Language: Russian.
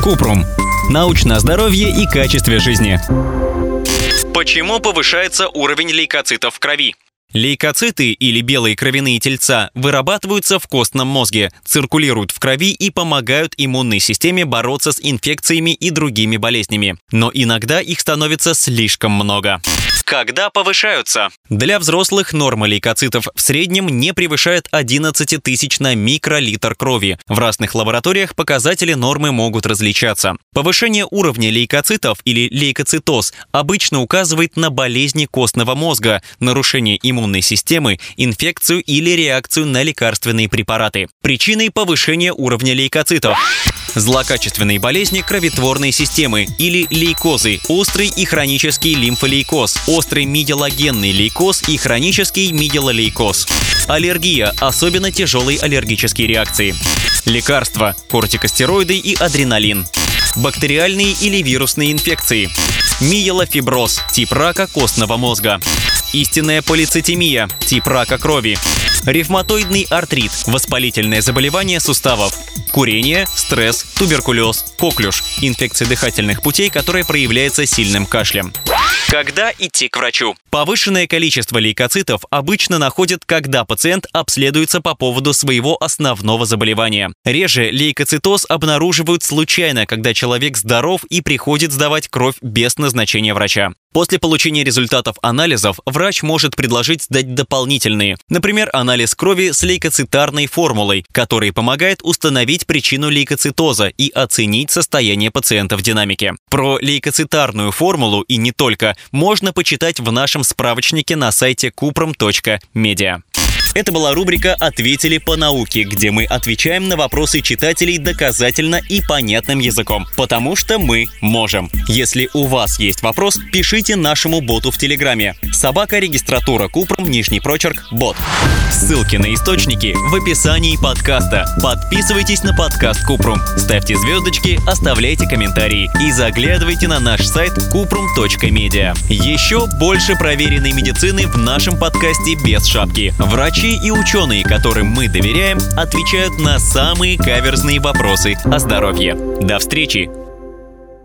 Купрум. Научное здоровье и качестве жизни. Почему повышается уровень лейкоцитов в крови? Лейкоциты или белые кровяные тельца вырабатываются в костном мозге, циркулируют в крови и помогают иммунной системе бороться с инфекциями и другими болезнями. Но иногда их становится слишком много. Когда повышаются? Для взрослых норма лейкоцитов в среднем не превышает 11 тысяч на микролитр крови. В разных лабораториях показатели нормы могут различаться. Повышение уровня лейкоцитов или лейкоцитоз обычно указывает на болезни костного мозга, нарушение иммунной системы, инфекцию или реакцию на лекарственные препараты. Причиной повышения уровня лейкоцитов: злокачественные болезни кроветворной системы или лейкозы, острый и хронический лимфолейкоз, острый миелогенный лейкоз и хронический миелолейкоз. Аллергия, особенно тяжелые аллергические реакции. Лекарства, кортикостероиды и адреналин. Бактериальные или вирусные инфекции. Миелофиброз, тип рака костного мозга. Истинная полицитемия, тип рака крови. Ревматоидный артрит, воспалительное заболевание суставов. Курение, стресс, туберкулез, коклюш, инфекция дыхательных путей, которая проявляется сильным кашлем. Когда идти к врачу? Повышенное количество лейкоцитов обычно находят, когда пациент обследуется по поводу своего основного заболевания. Реже лейкоцитоз обнаруживают случайно, когда человек здоров и приходит сдавать кровь без назначения врача. После получения результатов анализов врач может предложить сдать дополнительные, например, анализ крови с лейкоцитарной формулой, который помогает установить причину лейкоцитоза и оценить состояние пациента в динамике. Про лейкоцитарную формулу и не только можно почитать в нашем справочнике на сайте kuprum.media. Это была рубрика «Ответили по науке», где мы отвечаем на вопросы читателей доказательно и понятным языком, потому что мы можем. Если у вас есть вопрос, пишите нашему боту в Телеграме. _регистратура Купрум, _бот. Ссылки на источники в описании подкаста. Подписывайтесь на подкаст Купрум, ставьте звездочки, оставляйте комментарии и заглядывайте на наш сайт kuprum.media. Еще больше проверенной медицины в нашем подкасте без шапки. Врачи и ученые, которым мы доверяем, отвечают на самые каверзные вопросы о здоровье. До встречи!